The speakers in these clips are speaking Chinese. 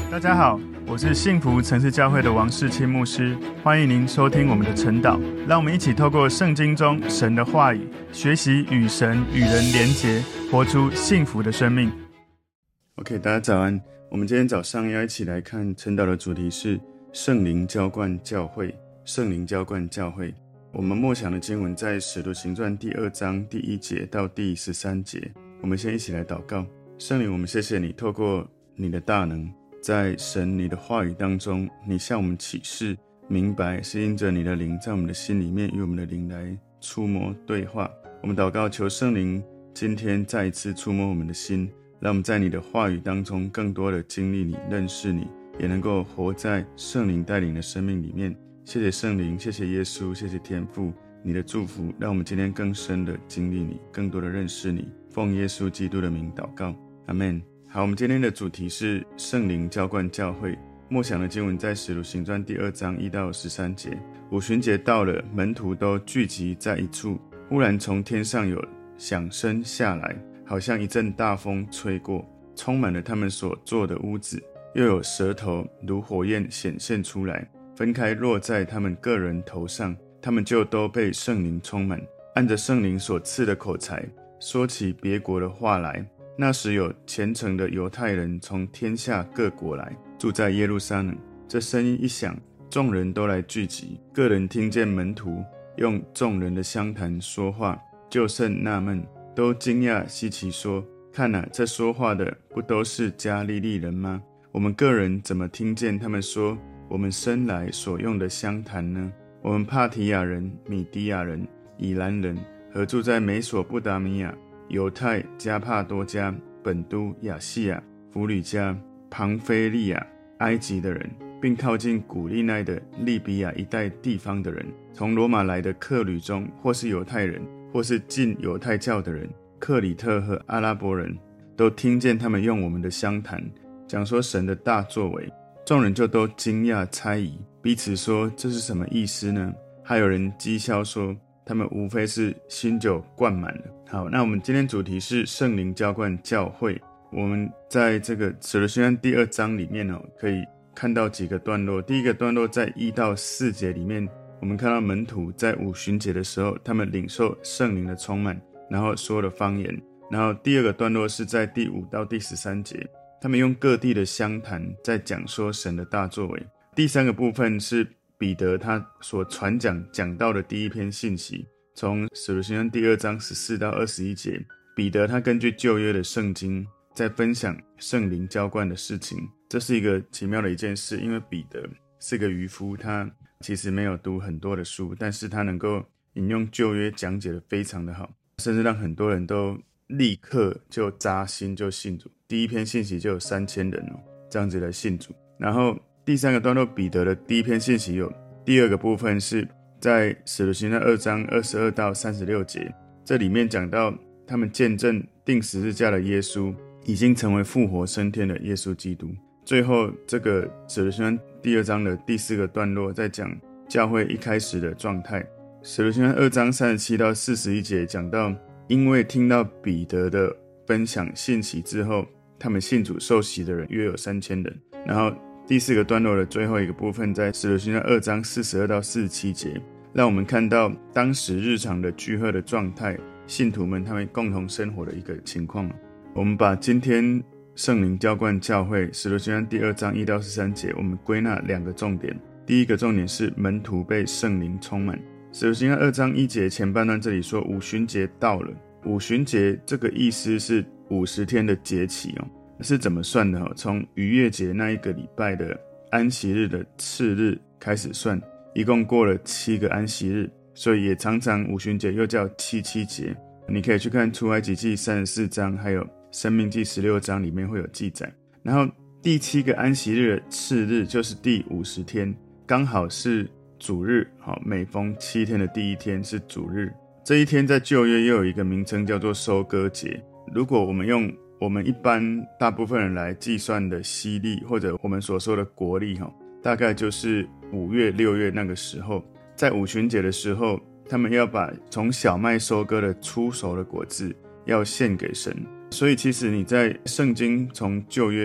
大家好，我是幸福城市教会的王世清牧师，欢迎您收听我们的晨祷。让我们一起透过圣经中神的话语，学习与神与人连结，活出幸福的生命。OK， 大家早安。我们今天早上要一起来看晨祷的主题是圣灵浇灌教会。圣灵浇灌教会，我们默想的经文在使徒行传第2章第1节到第13节。我们先一起来祷告。圣灵，我们谢谢你，透过你的大能，在神你的话语当中，你向我们启示明白，是因着你的灵在我们的心里面与我们的灵来触摸对话。我们祷告，求圣灵今天再一次触摸我们的心，让我们在你的话语当中更多的经历你，认识你，也能够活在圣灵带领的生命里面。谢谢圣灵，谢谢耶稣，谢谢天父，你的祝福让我们今天更深的经历你，更多的认识你。奉耶稣基督的名祷告，阿们。好，我们今天的主题是圣灵浇灌教会。默想的经文在使徒行传第2章1到13节。五旬节到了，门徒都聚集在一处，忽然从天上有响声下来，好像一阵大风吹过，充满了他们所坐的屋子，又有舌头如火焰显现出来，分开落在他们个人头上，他们就都被圣灵充满，按着圣灵所赐的口才，说起别国的话来。那时有虔诚的犹太人从天下各国来，住在耶路撒冷。这声音一响，众人都来聚集，个人听见门徒用众人的乡谈说话，就甚纳闷，都惊讶稀奇说：看啊，这说话的不都是加利利人吗？我们个人怎么听见他们说我们生来所用的乡谈呢？我们帕提亚人、米底亚人、以兰人，和住在美索不达米亚、犹太、加帕多家、本都、亚细亚、弗吕家、庞菲利亚、埃及的人，并靠近古利奈的利比亚一带地方的人，从罗马来的客旅中，或是犹太人，或是进犹太教的人，克里特和阿拉伯人，都听见他们用我们的乡谈讲说神的大作为。众人就都惊讶猜疑，彼此说这是什么意思呢？还有人讥笑说他们无非是新酒灌满了。好，那我们今天主题是圣灵浇灌教会。我们在这个使徒行传第2章里面可以看到几个段落。第一个段落在1到4节里面，我们看到门徒在五旬节的时候，他们领受圣灵的充满，然后说了方言。然后第二个段落是在第5到第13节，他们用各地的乡谈在讲说神的大作为。第三个部分是彼得他所传讲到的第一篇信息，从使徒行传第2章14到21节，彼得他根据旧约的圣经在分享圣灵浇灌的事情。这是一个奇妙的一件事，因为彼得是个渔夫，他其实没有读很多的书，但是他能够引用旧约讲解得非常的好，甚至让很多人都立刻就扎心就信主。第一篇信息就有3000人这样子来信主。然后第三个段落，彼得的第一篇信息有第二个部分是在使徒行传2章22到36节，这里面讲到他们见证钉十字架的耶稣已经成为复活升天的耶稣基督。最后这个使徒行传第2章的第4个段落在讲教会一开始的状态。使徒行传2章37到41节讲到，因为听到彼得的分享信息之后，他们信主受洗的人约有3000人。然后第4个段落的最后一个部分在使徒行传2章42到47节，让我们看到当时日常的聚会的状态，信徒们他们共同生活的一个情况。我们把今天圣灵浇灌教会使徒行传第2章1到13节，我们归纳2个重点。第一个重点是门徒被圣灵充满。使徒行传2章1节前半段这里说五旬节到了。五旬节这个意思是50天的节期是怎么算的？从逾越节那一个礼拜的安息日的次日开始算，一共过了7个安息日，所以也常常五旬节又叫77节。你可以去看出埃及记34章还有申命记16章里面会有记载。然后第7个安息日的次日就是第50天，刚好是主日，每逢7天的第一天是主日。这一天在旧约又有一个名称叫做收割节。如果我们用我们一般大部分人来计算的西历，或者我们所说的国历，大概就是5月6月那个时候，在五旬节的时候，他们要把从小麦收割的初熟的果子要献给神。所以其实你在圣经从旧约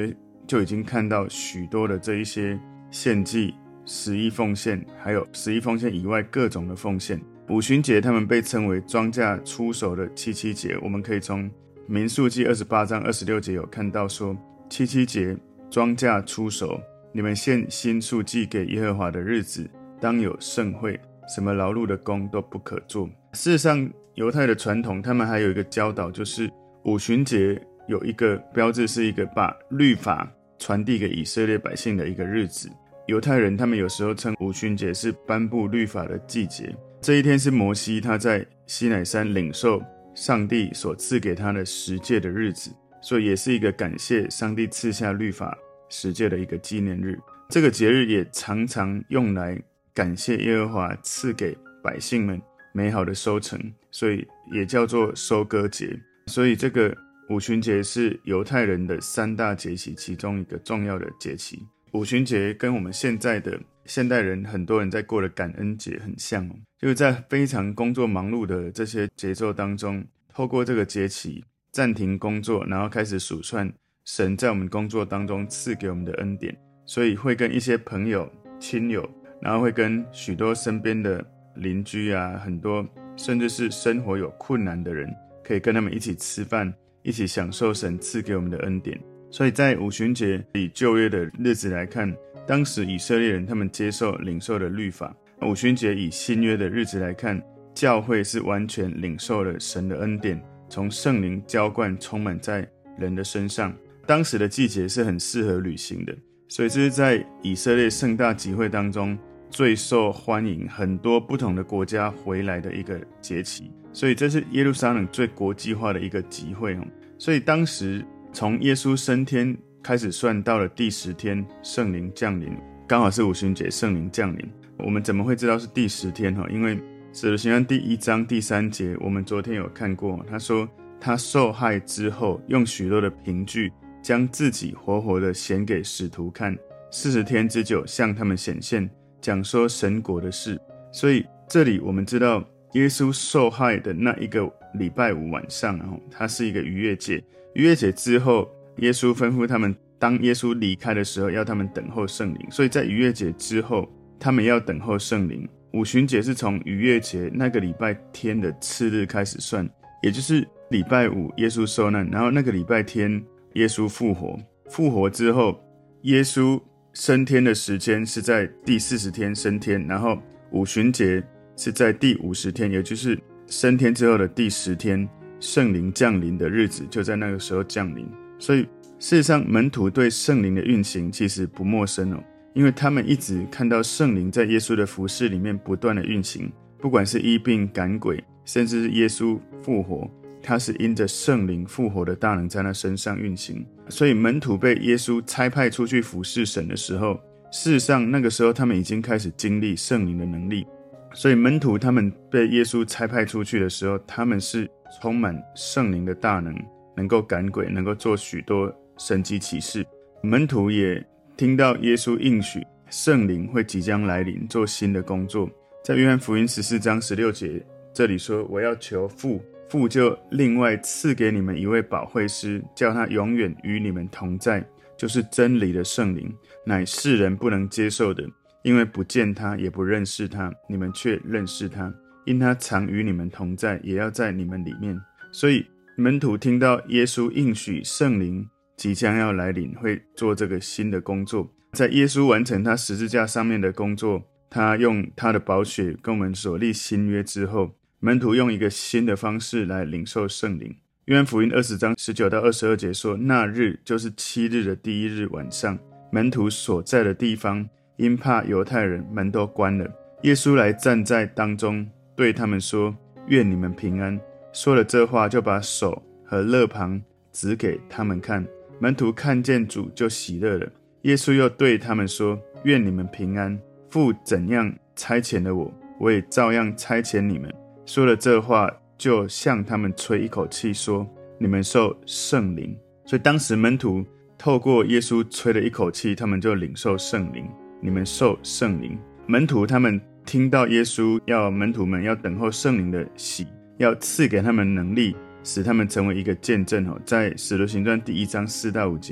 就已经看到许多的这一些献祭、十一奉献，还有十一奉献以外各种的奉献。五旬节他们被称为庄稼出熟的七七节，我们可以从民数记28章26节有看到说，七七节庄稼出熟，你们献新束祭给耶和华的日子，当有盛会，什么劳碌的工都不可做。事实上，犹太的传统他们还有一个教导，就是五旬节有一个标志，是一个把律法传递给以色列百姓的一个日子。犹太人他们有时候称五旬节是颁布律法的季节，这一天是摩西他在西乃山领受上帝所赐给他的十诫的日子，所以也是一个感谢上帝赐下律法十诫的一个纪念日。这个节日也常常用来感谢耶和华赐给百姓们美好的收成，所以也叫做收割节。所以这个五旬节是犹太人的三大节期其中一个重要的节期。五旬节跟我们现在的现代人很多人在过的感恩节很像就是在非常工作忙碌的这些节奏当中，透过这个节期暂停工作，然后开始数算神在我们工作当中赐给我们的恩典，所以会跟一些朋友亲友，然后会跟许多身边的邻居啊，很多甚至是生活有困难的人，可以跟他们一起吃饭，一起享受神赐给我们的恩典。所以在五旬节以旧约的日子来看，当时以色列人他们接受领受的律法。五旬节以新约的日子来看，教会是完全领受了神的恩典，从圣灵浇灌充满在人的身上。当时的季节是很适合旅行的，所以这是在以色列盛大集会当中最受欢迎，很多不同的国家回来的一个节期，所以这是耶路撒冷最国际化的一个集会。所以当时从耶稣升天开始算，到了第10天圣灵降临，刚好是五旬节圣灵降临。我们怎么会知道是第10天？因为使徒行传第1章第3节我们昨天有看过，他说他受害之后用许多的凭据将自己活活的显给使徒看，40天之久向他们显现，讲说神国的事。所以这里我们知道耶稣受害的那一个礼拜5晚上，它是一个逾越节。逾越节之后，耶稣吩咐他们，当耶稣离开的时候要他们等候圣灵，所以在逾越节之后他们要等候圣灵。五旬节是从逾越节那个礼拜天的次日开始算，也就是礼拜5耶稣受难，然后那个礼拜天耶稣复活，复活之后耶稣升天的时间是在第40天升天，然后五旬节是在第50天，也就是升天之后的第10天，圣灵降临的日子就在那个时候降临。所以事实上门徒对圣灵的运行其实不陌生因为他们一直看到圣灵在耶稣的服事里面不断的运行，不管是医病赶鬼，甚至是耶稣复活，他是因着圣灵复活的大能在他身上运行。所以门徒被耶稣差派出去服事神的时候，事实上那个时候他们已经开始经历圣灵的能力。所以门徒他们被耶稣差派出去的时候，他们是充满圣灵的大能，能够赶鬼，能够做许多神迹奇事。门徒也听到耶稣应许圣灵会即将来临，做新的工作。在约翰福音14章16节这里说，我要求父，父就另外赐给你们一位保惠师，叫他永远与你们同在，就是真理的圣灵，乃世人不能接受的，因为不见他也不认识他，你们却认识他，因他常与你们同在，也要在你们里面。所以门徒听到耶稣应许圣灵即将要来临，会做这个新的工作。在耶稣完成他十字架上面的工作，他用他的宝血跟我们所立新约之后，门徒用一个新的方式来领受圣灵。约翰福音20章19到22节说，那日就是7日的第1日晚上，门徒所在的地方因怕犹太人，门都关了。耶稣来站在当中，对他们说，愿你们平安。说了这话，就把手和肋旁指给他们看。门徒看见主就喜乐了。耶稣又对他们说，愿你们平安。父怎样差遣了我，我也照样差遣你们。说了这话，就向他们吹一口气，说，你们受圣灵。所以当时门徒透过耶稣吹了一口气，他们就领受圣灵，你们受圣灵。门徒他们听到耶稣要门徒们要等候圣灵的喜，要赐给他们能力，使他们成为一个见证。在使徒行传第1章4到5节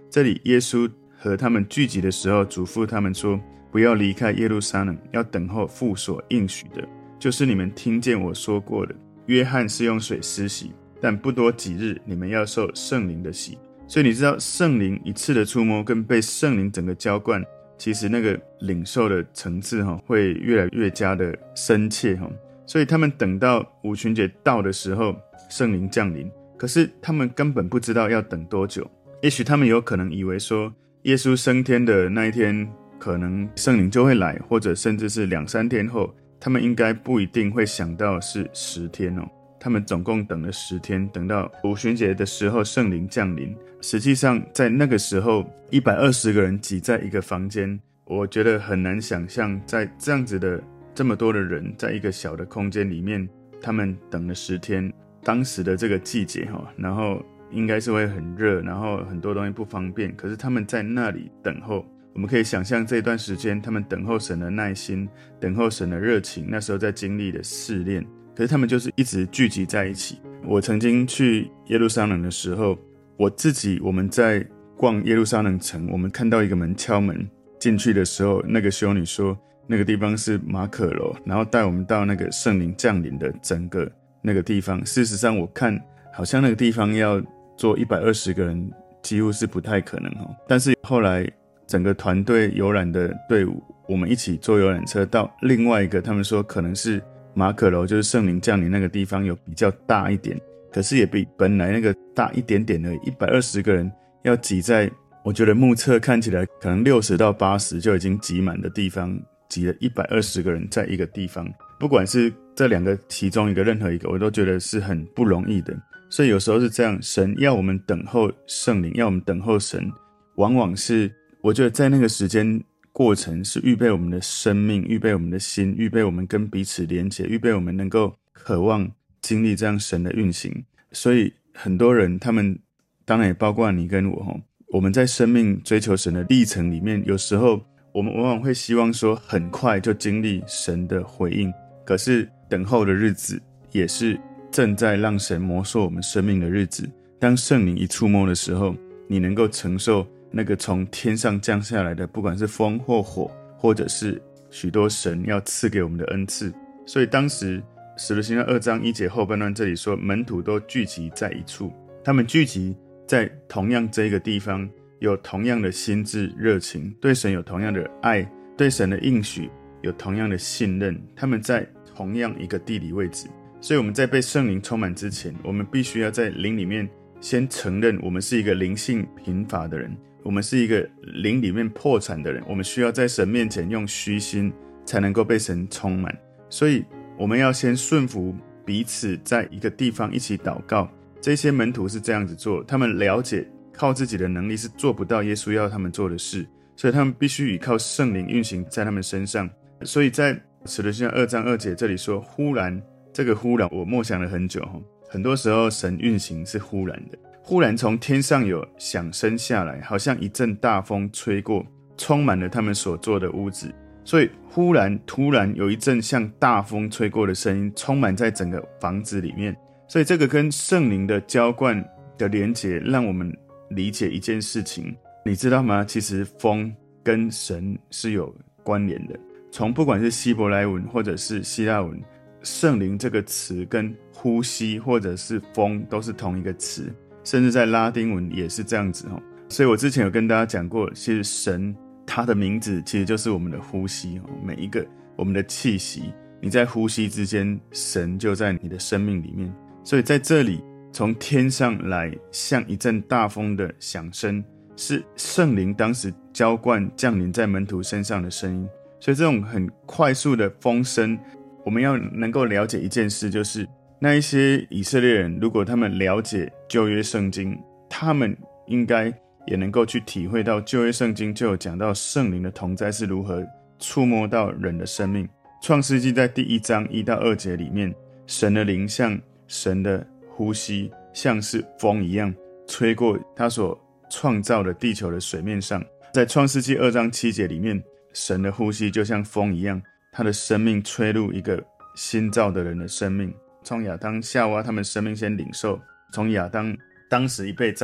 这里耶稣和他们聚集的时候，嘱咐他们说，不要离开耶路撒冷，要等候父所应许的，就是你们听见我说过的。约翰是用水施洗，但不多几日，你们要受圣灵的洗。所以你知道圣灵一次的触摸跟被圣灵整个浇灌，其实那个领受的层次会越来越加的深切。所以他们等到五旬节到的时候，圣灵降临，可是他们根本不知道要等多久。也许他们有可能以为说耶稣升天的那一天可能圣灵就会来，或者甚至是2-3天后，他们应该不一定会想到是10天。他们总共等了10天，等到五旬节的时候圣灵降临。实际上在那个时候120个人挤在一个房间，我觉得很难想象在这样子的这么多的人在一个小的空间里面，他们等了10天。当时的这个季节然后应该是会很热，然后很多东西不方便，可是他们在那里等候。我们可以想象这段时间他们等候神的耐心，等候神的热情，那时候在经历的试炼，可是他们就是一直聚集在一起。我曾经去耶路撒冷的时候，我们在逛耶路撒冷城，我们看到一个门敲门进去的时候，那个修女说那个地方是马可楼，然后带我们到那个圣灵降临的整个那个地方。事实上我看好像那个地方要坐120个人几乎是不太可能。但是后来整个团队游览的队伍，我们一起坐游览车到另外一个他们说可能是马可楼，就是圣灵降临那个地方有比较大一点，可是也比本来那个大一点点而已。120个人要挤在我觉得目测看起来可能60到80就已经挤满的地方，挤了120个人在一个地方。不管是这两个其中一个任何一个，我都觉得是很不容易的。所以有时候是这样，神要我们等候圣灵，要我们等候神，往往是我觉得在那个时间过程是预备我们的生命，预备我们的心，预备我们跟彼此连结，预备我们能够渴望经历这样神的运行。所以很多人他们当然也包括你跟我们在生命追求神的历程里面，有时候我们往往会希望说很快就经历神的回应，可是等候的日子也是正在让神磨塑我们生命的日子。当圣灵一触摸的时候，你能够承受那个从天上降下来的，不管是风或火，或者是许多神要赐给我们的恩赐。所以当时使徒行传2章1节后半段这里说，门徒都聚集在一处，他们聚集在同样这个地方，有同样的心志热情，对神有同样的爱，对神的应许有同样的信任，他们在同样一个地理位置。所以我们在被圣灵充满之前，我们必须要在灵里面先承认我们是一个灵性贫乏的人，我们是一个灵里面破产的人，我们需要在神面前用虚心才能够被神充满。所以我们要先顺服彼此，在一个地方一起祷告。这些门徒是这样子做，他们了解靠自己的能力是做不到耶稣要他们做的事，所以他们必须依靠圣灵运行在他们身上。所以在使徒行传2章2节这里说，忽然，这个忽然我默想了很久，很多时候神运行是忽然的，忽然从天上有响声下来，好像一阵大风吹过，充满了他们所做的屋子。所以忽然突然有一阵像大风吹过的声音充满在整个房子里面。所以这个跟圣灵的浇灌的连结，让我们理解一件事情，你知道吗？其实风跟神是有关联的。从不管是希伯来文或者是希腊文，圣灵这个词跟呼吸或者是风都是同一个词，甚至在拉丁文也是这样子。所以我之前有跟大家讲过，其实神他的名字其实就是我们的呼吸，每一个我们的气息，你在呼吸之间，神就在你的生命里面。所以在这里从天上来像一阵大风的响声，是圣灵当时浇灌降临在门徒身上的声音。所以这种很快速的风声，我们要能够了解一件事，就是那一些以色列人如果他们了解旧约圣经，他们应该也能够去体会到旧约圣经就有讲到圣灵的同在是如何触摸到人的生命。创世纪在第1章1到2节里面，神的灵像神的呼吸像是风一样吹过他所创造的地球的水面上。在创世纪2章7节里面，神的呼吸就像风一样，他的生命吹入一个新造的人的生命。从亚当夏娃他们生命先领受，从亚当当时一被造，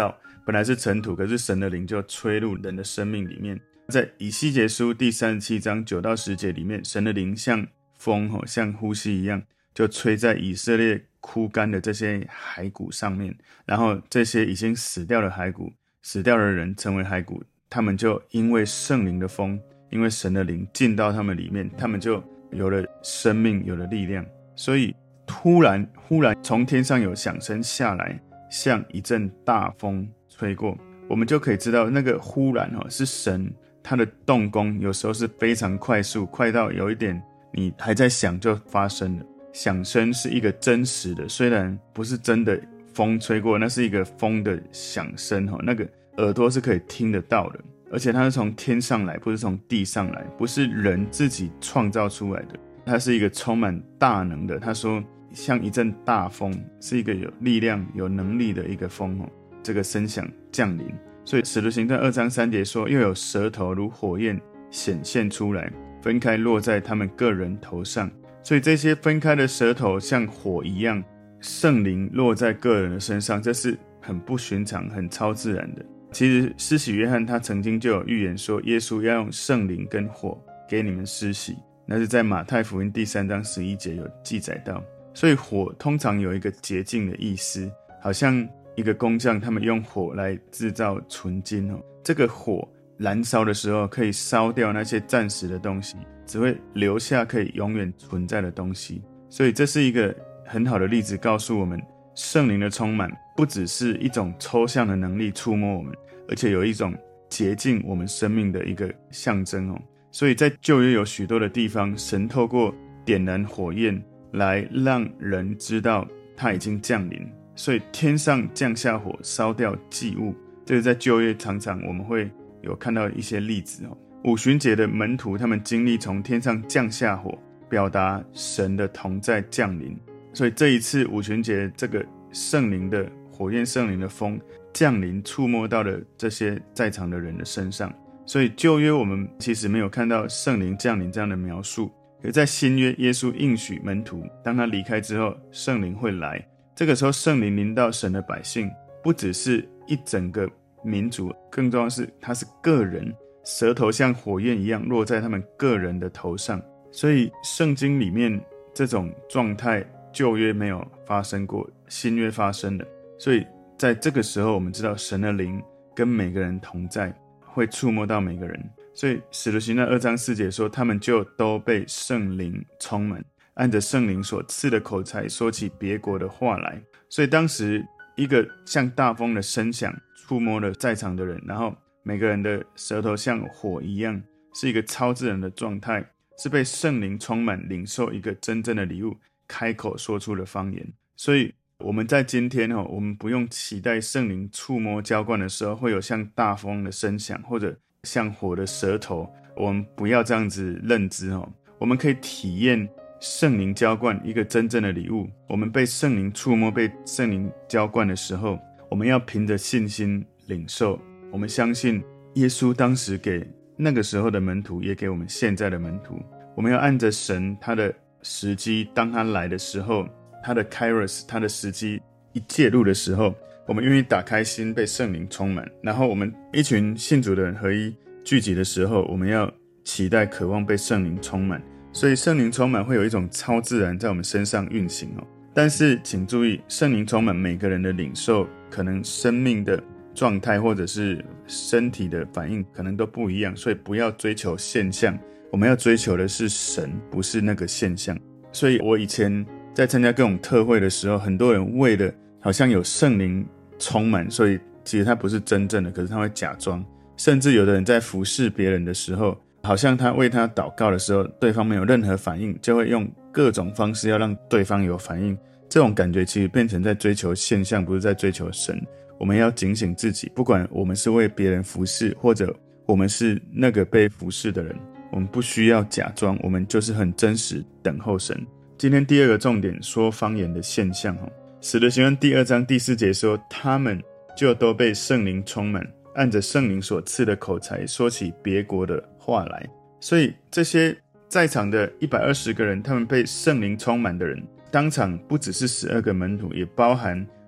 本来是尘土，可是神的灵就吹入人的生命里面。在以西结书第37章9到10节里面，神的灵像风，像呼吸一样，就吹在以色列枯干的这些骸骨上面，然后这些已经死掉的骸骨，死掉的人成为骸骨，他们就因为圣灵的风，因为神的灵进到他们里面，他们就有了生命，有了力量。所以忽然从天上有响声下来，像一阵大风吹过，我们就可以知道那个忽然是神他的动工，有时候是非常快速，快到有一点你还在想就发生了。响声是一个真实的，虽然不是真的风吹过，那是一个风的响声，那个耳朵是可以听得到的，而且它是从天上来，不是从地上来，不是人自己创造出来的，它是一个充满大能的。他说像一阵大风，是一个有力量有能力的一个风，这个声响降临。所以使徒行传2章3节说，又有舌头如火焰显现出来，分开落在他们个人头上。所以这些分开的舌头像火一样，圣灵落在个人的身上，这是很不寻常很超自然的。其实施洗约翰他曾经就有预言说，耶稣要用圣灵跟火给你们施洗，那是在马太福音第3章11节有记载到。所以火通常有一个洁净的意思，好像一个工匠他们用火来制造纯金，这个火燃烧的时候可以烧掉那些暂时的东西，只会留下可以永远存在的东西。所以这是一个很好的例子，告诉我们圣灵的充满不只是一种抽象的能力触摸我们，而且有一种洁净我们生命的一个象征。所以在旧约有许多的地方，神透过点燃火焰来让人知道他已经降临，所以天上降下火烧掉祭物，这个在旧约常常我们会有看到一些例子。五旬节的门徒他们经历从天上降下火，表达神的同在降临。所以这一次五旬节这个圣灵的火焰圣灵的风降临，触摸到了这些在场的人的身上。所以旧约我们其实没有看到圣灵降临这样的描述，可是在新约耶稣应许门徒，当他离开之后圣灵会来，这个时候圣灵临到神的百姓，不只是一整个民族，更重要的是他是个人，舌头像火焰一样落在他们个人的头上。所以圣经里面这种状态旧约没有发生过，新约发生了。所以在这个时候我们知道神的灵跟每个人同在，会触摸到每个人。所以使徒行传2章4节说，他们就都被圣灵充满，按着圣灵所赐的口才说起别国的话来。所以当时一个像大风的声响触摸了在场的人，然后每个人的舌头像火一样，是一个超自然的状态，是被圣灵充满，领受一个真正的礼物，开口说出了方言。所以我们在今天我们不用期待圣灵触摸浇灌的时候会有像大风的声响或者像火的舌头，我们不要这样子认知。我们可以体验圣灵浇灌一个真正的礼物。我们被圣灵触摸，被圣灵浇灌的时候，我们要凭着信心领受。我们相信耶稣当时给那个时候的门徒，也给我们现在的门徒，我们要按着神他的时机，当他来的时候，他的 Kairos 他的时机一介入的时候，我们愿意打开心被圣灵充满。然后我们一群信主的人合一聚集的时候，我们要期待渴望被圣灵充满。所以圣灵充满会有一种超自然在我们身上运行。但是请注意，圣灵充满每个人的领受，可能生命的状态或者是身体的反应可能都不一样，所以不要追求现象，我们要追求的是神，不是那个现象。所以我以前在参加各种特会的时候，很多人为了好像有圣灵充满，所以其实他不是真正的，可是他会假装。甚至有的人在服侍别人的时候，好像他为他祷告的时候，对方没有任何反应，就会用各种方式要让对方有反应。这种感觉其实变成在追求现象，不是在追求神。我们要警醒自己，不管我们是为别人服侍，或者我们是那个被服侍的人，我们不需要假装，我们就是很真实等候神。今天第二个重点，说方言的现象。使徒行传第2章第4节说，他们就都被圣灵充满，按着圣灵所赐的口才说起别国的话来。所以这些在场的120个人，他们被圣灵充满的人，当场不只是12个门徒，也包含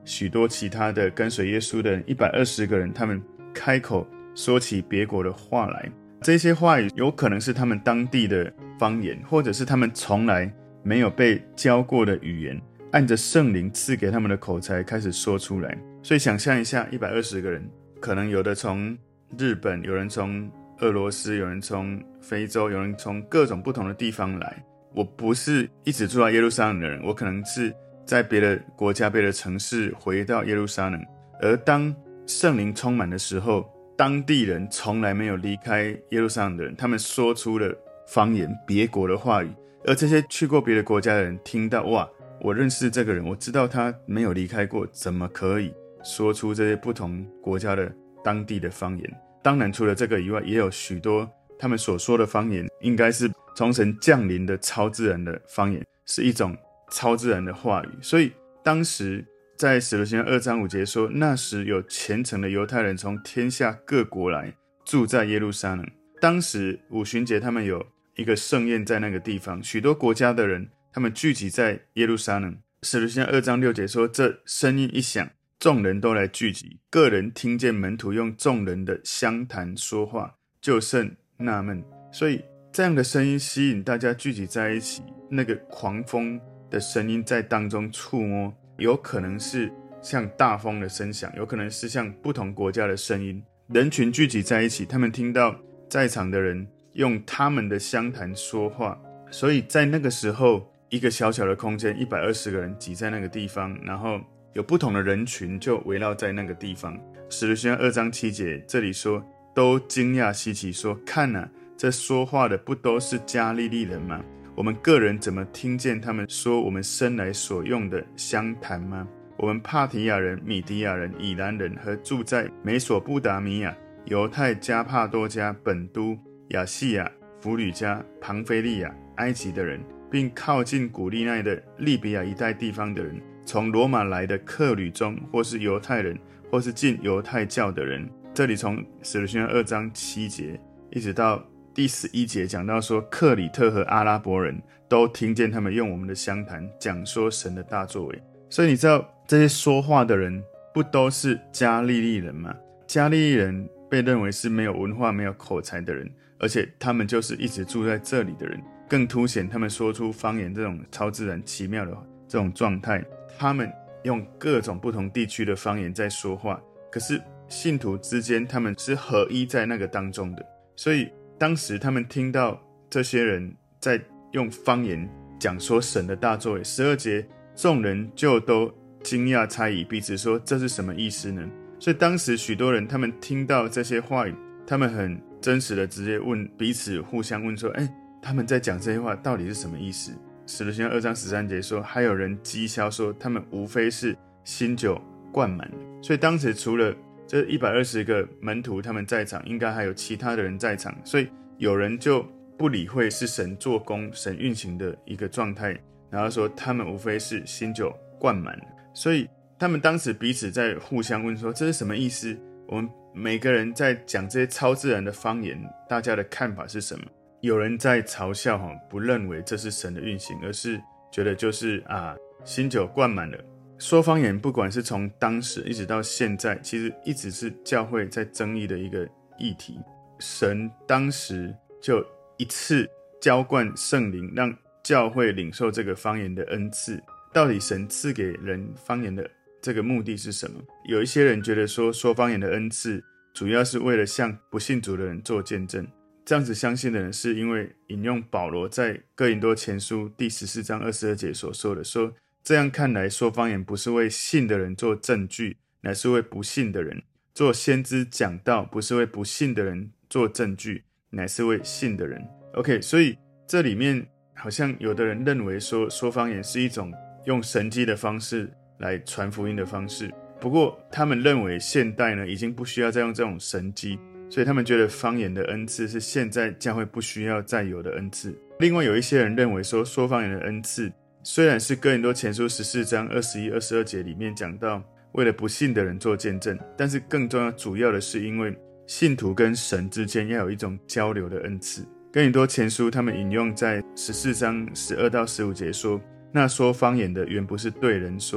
许多其他的跟随耶稣的人120个人，他们开口说起别国的话来。这些话语有可能是他们当地的方言，或者是他们从来没有被教过的语言，按着圣灵赐给他们的口才开始说出来。所以想象一下，120个人，可能有的从日本，有人从俄罗斯，有人从非洲，有人从各种不同的地方来。我不是一直住在耶路撒冷的人，我可能是在别的国家、别的城市回到耶路撒冷。而当圣灵充满的时候，当地人从来没有离开耶路撒冷的人，他们说出了方言、别国的话语。而这些去过别的国家的人听到，哇，我认识这个人，我知道他没有离开过，怎么可以说出这些不同国家的当地的方言？当然除了这个以外，也有许多他们所说的方言应该是从神降临的超自然的方言，是一种超自然的话语。所以当时在使徒行传2章5节说，那时有虔诚的犹太人从天下各国来住在耶路撒冷。当时五旬节他们有一个盛宴在那个地方，许多国家的人他们聚集在耶路撒冷。使徒行传2章6节说，这声音一响，众人都来聚集，个人听见门徒用众人的相谈说话，就甚纳闷。所以这样的声音吸引大家聚集在一起，那个狂风的声音在当中触摸，有可能是像大风的声响，有可能是像不同国家的声音。人群聚集在一起，他们听到在场的人用他们的相谈说话。所以在那个时候，一个小小的空间，120个人挤在那个地方，然后有不同的人群就围绕在那个地方。使徒行传2章7节这里说，都惊讶稀奇说，看啊，这说话的不都是加利利人吗？我们个人怎么听见他们说我们生来所用的相谈吗？我们帕提亚人、米迪亚人、以兰人和住在美索不达米亚、犹太、加帕多家、本都、亚细亚、弗吕家、庞菲利亚、埃及的人，并靠近古利奈的利比亚一带地方的人，从罗马来的客旅中，或是犹太人，或是进犹太教的人。这里从使徒行传2章7节一直到第11节讲到说，克里特和阿拉伯人都听见他们用我们的相谈讲说神的大作为。所以你知道这些说话的人不都是加利利人吗？加利利人被认为是没有文化、没有口才的人，而且他们就是一直住在这里的人，更凸显他们说出方言这种超自然奇妙的这种状态。他们用各种不同地区的方言在说话，可是信徒之间他们是合一在那个当中的。所以当时他们听到这些人在用方言讲说神的大作为，12节众人就都惊讶猜疑，彼此说这是什么意思呢？所以当时许多人他们听到这些话语，他们很真实的直接问彼此，互相问说，他们在讲这些话到底是什么意思？使徒行传2章13节说，还有人讥笑说他们无非是新酒灌满了。所以当时除了这120个门徒他们在场，应该还有其他的人在场，所以有人就不理会是神做工、神运行的一个状态，然后说他们无非是新酒灌满了。所以他们当时彼此在互相问说，这是什么意思？我们每个人在讲这些超自然的方言，大家的看法是什么？有人在嘲笑，不认为这是神的运行，而是觉得就是新酒灌满了。说方言不管是从当时一直到现在，其实一直是教会在争议的一个议题。神当时就一次浇灌圣灵，让教会领受这个方言的恩赐。到底神赐给人方言的这个目的是什么？有一些人觉得说方言的恩赐主要是为了向不信主的人做见证。这样子相信的人是因为引用保罗在哥林多前书第14章22节所说的，说这样看来，说方言不是为信的人做证据，乃是为不信的人；做先知讲道，不是为不信的人做证据，乃是为信的人。 OK， 所以这里面好像有的人认为说方言是一种用神迹的方式来传福音的方式，不过他们认为现代呢已经不需要再用这种神迹，所以他们觉得方言的恩赐是现在教会不需要再有的恩赐。另外有一些人认为说方言的恩赐虽然是哥林多前书14章21、22节里面讲到为了不信的人做见证，但是更重要主要的是因为信徒跟神之间要有一种交流的恩赐。哥林多前书他们引用在14章12到15节说，那说方言的原不是对人说，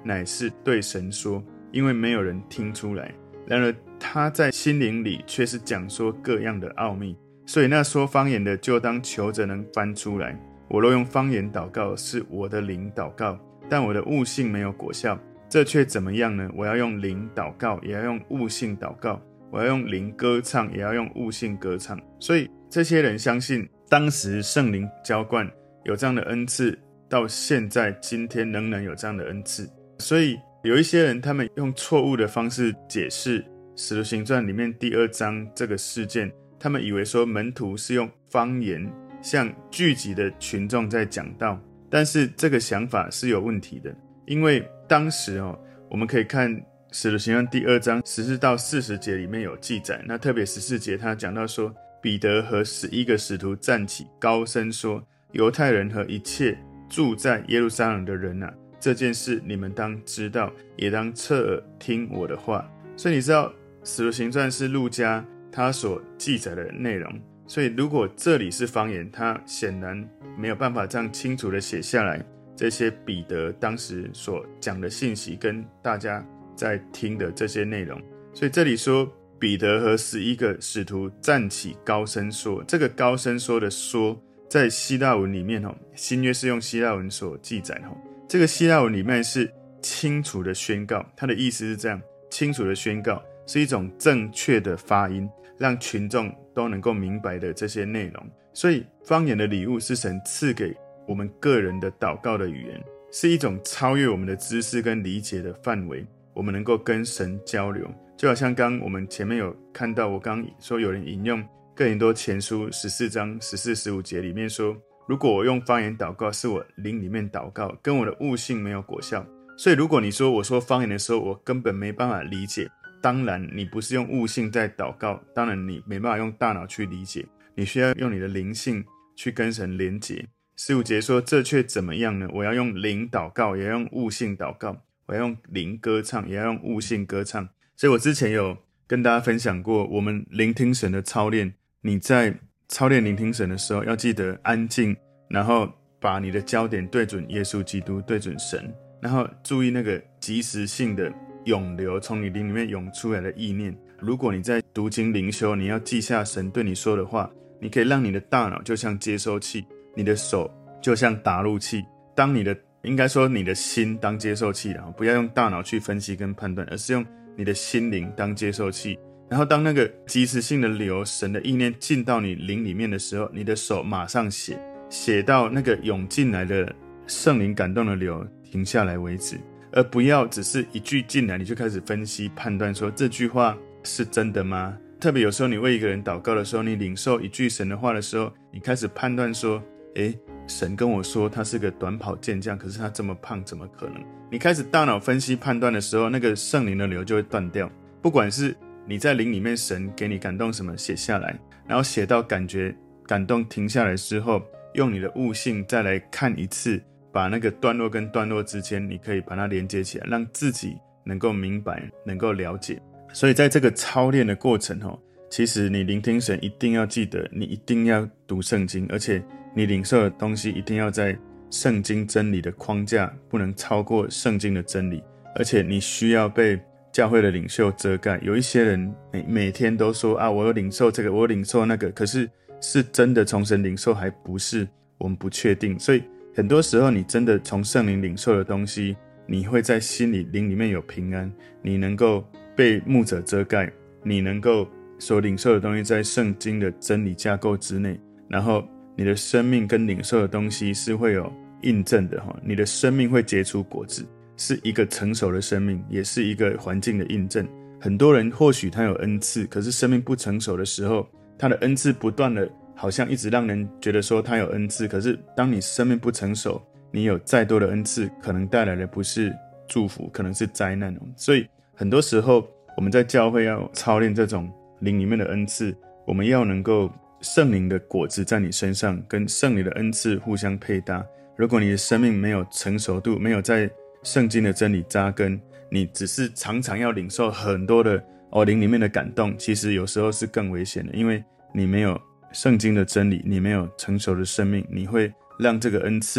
乃是对神说，因为没有人听出来。然而他在心灵里却是讲说各样的奥秘，所以那说方言的就当求着能翻出来。我若用方言祷告，是我的灵祷告，但我的悟性没有果效，这却怎么样呢？我要用灵祷告，也要用悟性祷告；我要用灵歌唱，也要用悟性歌唱。所以这些人相信当时圣灵浇灌有这样的恩赐，到现在今天仍然有这样的恩赐。所以有一些人他们用错误的方式解释使徒行传里面第2章这个事件，他们以为说门徒是用方言向聚集的群众在讲道，但是这个想法是有问题的。因为当时我们可以看使徒行传第2章14到40节里面有记载，那特别14节他讲到说，彼得和11个使徒站起高声说，犹太人和一切住在耶路撒冷的人啊，这件事你们当知道，也当侧耳听我的话。所以你知道使徒行传是路加他所记载的内容，所以如果这里是方言，他显然没有办法这样清楚的写下来这些彼得当时所讲的信息跟大家在听的这些内容。所以这里说彼得和11个使徒站起高声说，这个高声说的说在希腊文里面新约是用希腊文所记载，这个希腊文里面是清楚的宣告，它的意思是这样，清楚的宣告是一种正确的发音，让群众都能够明白的这些内容。所以方言的礼物是神赐给我们个人的祷告的语言，是一种超越我们的知识跟理解的范围，我们能够跟神交流。就好像刚刚我们前面有看到，我刚刚说有人引用哥林多前书14章14、15节里面说，如果我用方言祷告，是我灵里面祷告，跟我的悟性没有果效。所以如果你说我说方言的时候我根本没办法理解，当然你不是用悟性在祷告，当然你没办法用大脑去理解，你需要用你的灵性去跟神连结。15节说，这却怎么样呢？我要用灵祷告，也要用悟性祷告；我要用灵歌唱，也要用悟性歌唱。所以我之前有跟大家分享过，我们聆听神的操练，你在操练聆听神的时候要记得安静，然后把你的焦点对准耶稣基督，对准神，然后注意那个即时性的涌流从你灵里面涌出来的意念。如果你在读经灵修，你要记下神对你说的话，你可以让你的大脑就像接收器，你的手就像打入器，当你的应该说你的心当接受器，然后不要用大脑去分析跟判断，而是用你的心灵当接受器。然后当那个即时性的流神的意念进到你灵里面的时候，你的手马上写到那个涌进来的圣灵感动的流停下来为止，而不要只是一句进来你就开始分析判断说这句话是真的吗？特别有时候你为一个人祷告的时候，你领受一句神的话的时候，你开始判断说神跟我说他是个短跑健将，可是他这么胖怎么可能？你开始大脑分析判断的时候，那个圣灵的流就会断掉。不管是你在灵里面神给你感动什么写下来，然后写到感觉感动停下来之后，用你的悟性再来看一次，把那个段落跟段落之间你可以把它连接起来，让自己能够明白能够了解。所以在这个操练的过程其实你聆听神一定要记得你一定要读圣经，而且你领受的东西一定要在圣经真理的框架，不能超过圣经的真理，而且你需要被教会的领袖遮盖。有一些人每天都说我有领受这个，我有领受那个，可是是真的从神领受还不是，我们不确定。所以很多时候你真的从圣灵领受的东西，你会在心里灵里面有平安，你能够被牧者遮盖，你能够所领受的东西在圣经的真理架构之内，然后你的生命跟领受的东西是会有印证的，你的生命会结出果子，是一个成熟的生命，也是一个环境的印证。很多人或许他有恩赐，可是生命不成熟的时候，他的恩赐不断的好像一直让人觉得说他有恩赐，可是当你生命不成熟，你有再多的恩赐，可能带来的不是祝福，可能是灾难。所以很多时候我们在教会要操练这种灵里面的恩赐，我们要能够圣灵的果子在你身上跟圣灵的恩赐互相配搭。如果你的生命没有成熟度，没有在圣经的真理扎根，你只是常常要领受很多的灵里面的感动，其实有时候是更危险的，因为你没有圣经的真理，你没有成熟的生命，你会让这个恩赐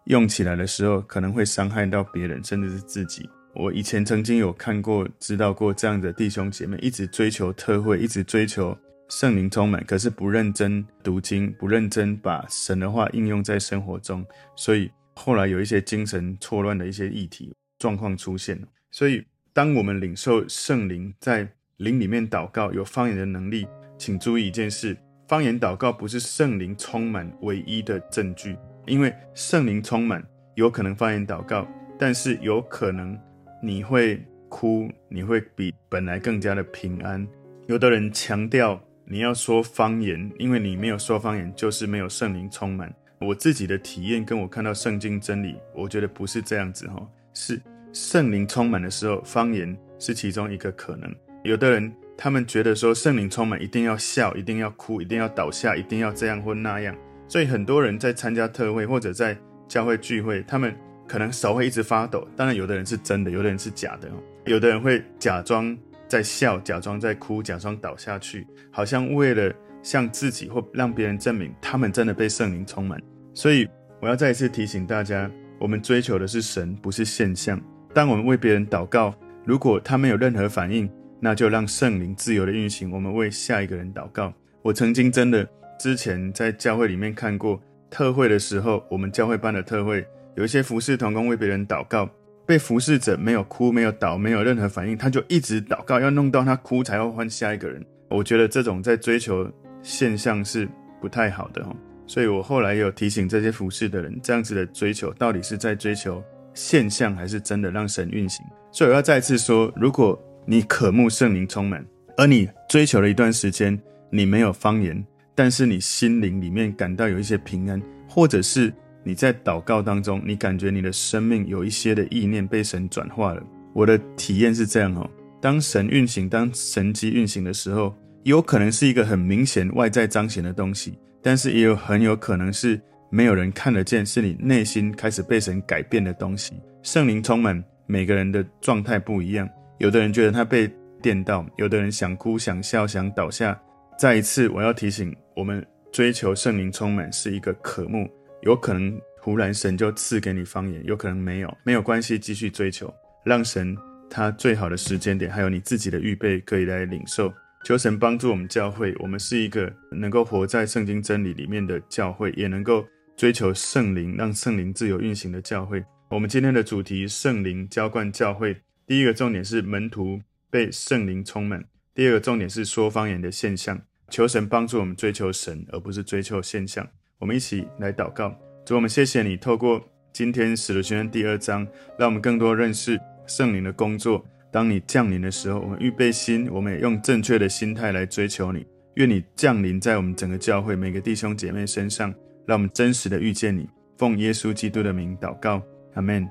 用起来的时候可能会伤害到别人，甚至是自己。我以前曾经有看过知道过这样的弟兄姐妹，一直追求特会，一直追求圣灵充满，可是不认真读经，不认真把神的话应用在生活中，所以后来有一些精神错乱的一些议题状况出现了。所以当我们领受圣灵，在灵里面祷告，有方言的能力，请注意一件事，方言祷告不是圣灵充满唯一的证据，因为圣灵充满有可能方言祷告，但是有可能你会哭，你会比本来更加的平安。有的人强调你要说方言，因为你没有说方言就是没有圣灵充满。我自己的体验跟我看到圣经真理，我觉得不是这样子，是圣灵充满的时候，方言是其中一个可能。有的人他们觉得说圣灵充满一定要笑，一定要哭，一定要倒下，一定要这样或那样，所以很多人在参加特会或者在教会聚会，他们可能手会一直发抖，当然有的人是真的，有的人是假的，有的人会假装在笑，假装在哭，假装倒下去，好像为了向自己或让别人证明他们真的被圣灵充满。所以我要再一次提醒大家，我们追求的是神，不是现象。当我们为别人祷告，如果他没有任何反应，那就让圣灵自由的运行，我们为下一个人祷告。我曾经真的之前在教会里面看过特会的时候，我们教会办的特会，有一些服事同工为别人祷告，被服事者没有哭，没有倒，没有任何反应，他就一直祷告，要弄到他哭才会换下一个人。我觉得这种在追求现象是不太好的，所以我后来也有提醒这些服事的人，这样子的追求到底是在追求现象，还是真的让神运行。所以我要再次说，如果你渴慕圣灵充满，而你追求了一段时间，你没有方言，但是你心灵里面感到有一些平安，或者是你在祷告当中，你感觉你的生命有一些的意念被神转化了。我的体验是这样，当神运行，当神迹运行的时候，有可能是一个很明显外在彰显的东西，但是也很有可能是没有人看得见，是你内心开始被神改变的东西。圣灵充满，每个人的状态不一样，有的人觉得他被电到，有的人想哭想笑想倒下。再一次我要提醒，我们追求圣灵充满是一个渴慕，有可能忽然神就赐给你方言，有可能没有关系，继续追求，让神他最好的时间点还有你自己的预备可以来领受。求神帮助我们教会，我们是一个能够活在圣经真理里面的教会，也能够追求圣灵，让圣灵自由运行的教会。我们今天的主题，圣灵浇灌教会，第一个重点是门徒被圣灵充满，第二个重点是说方言的现象。求神帮助我们追求神，而不是追求现象。我们一起来祷告。主，我们谢谢你透过今天使徒行传第2章，让我们更多认识圣灵的工作。当你降临的时候，我们预备心，我们也用正确的心态来追求你。愿你降临在我们整个教会每个弟兄姐妹身上，让我们真实的遇见你。奉耶稣基督的名祷告，阿们。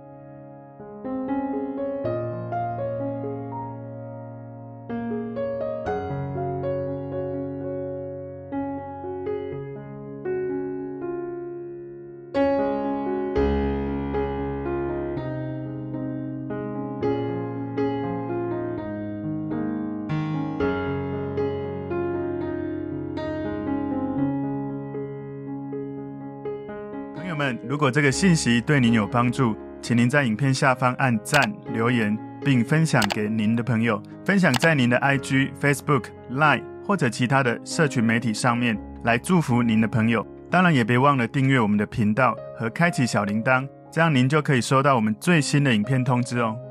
如果这个信息对您有帮助，请您在影片下方按赞、留言，并分享给您的朋友，分享在您的 IG、Facebook、Line 或者其他的社群媒体上面，来祝福您的朋友。当然也别忘了订阅我们的频道和开启小铃铛，这样您就可以收到我们最新的影片通知哦。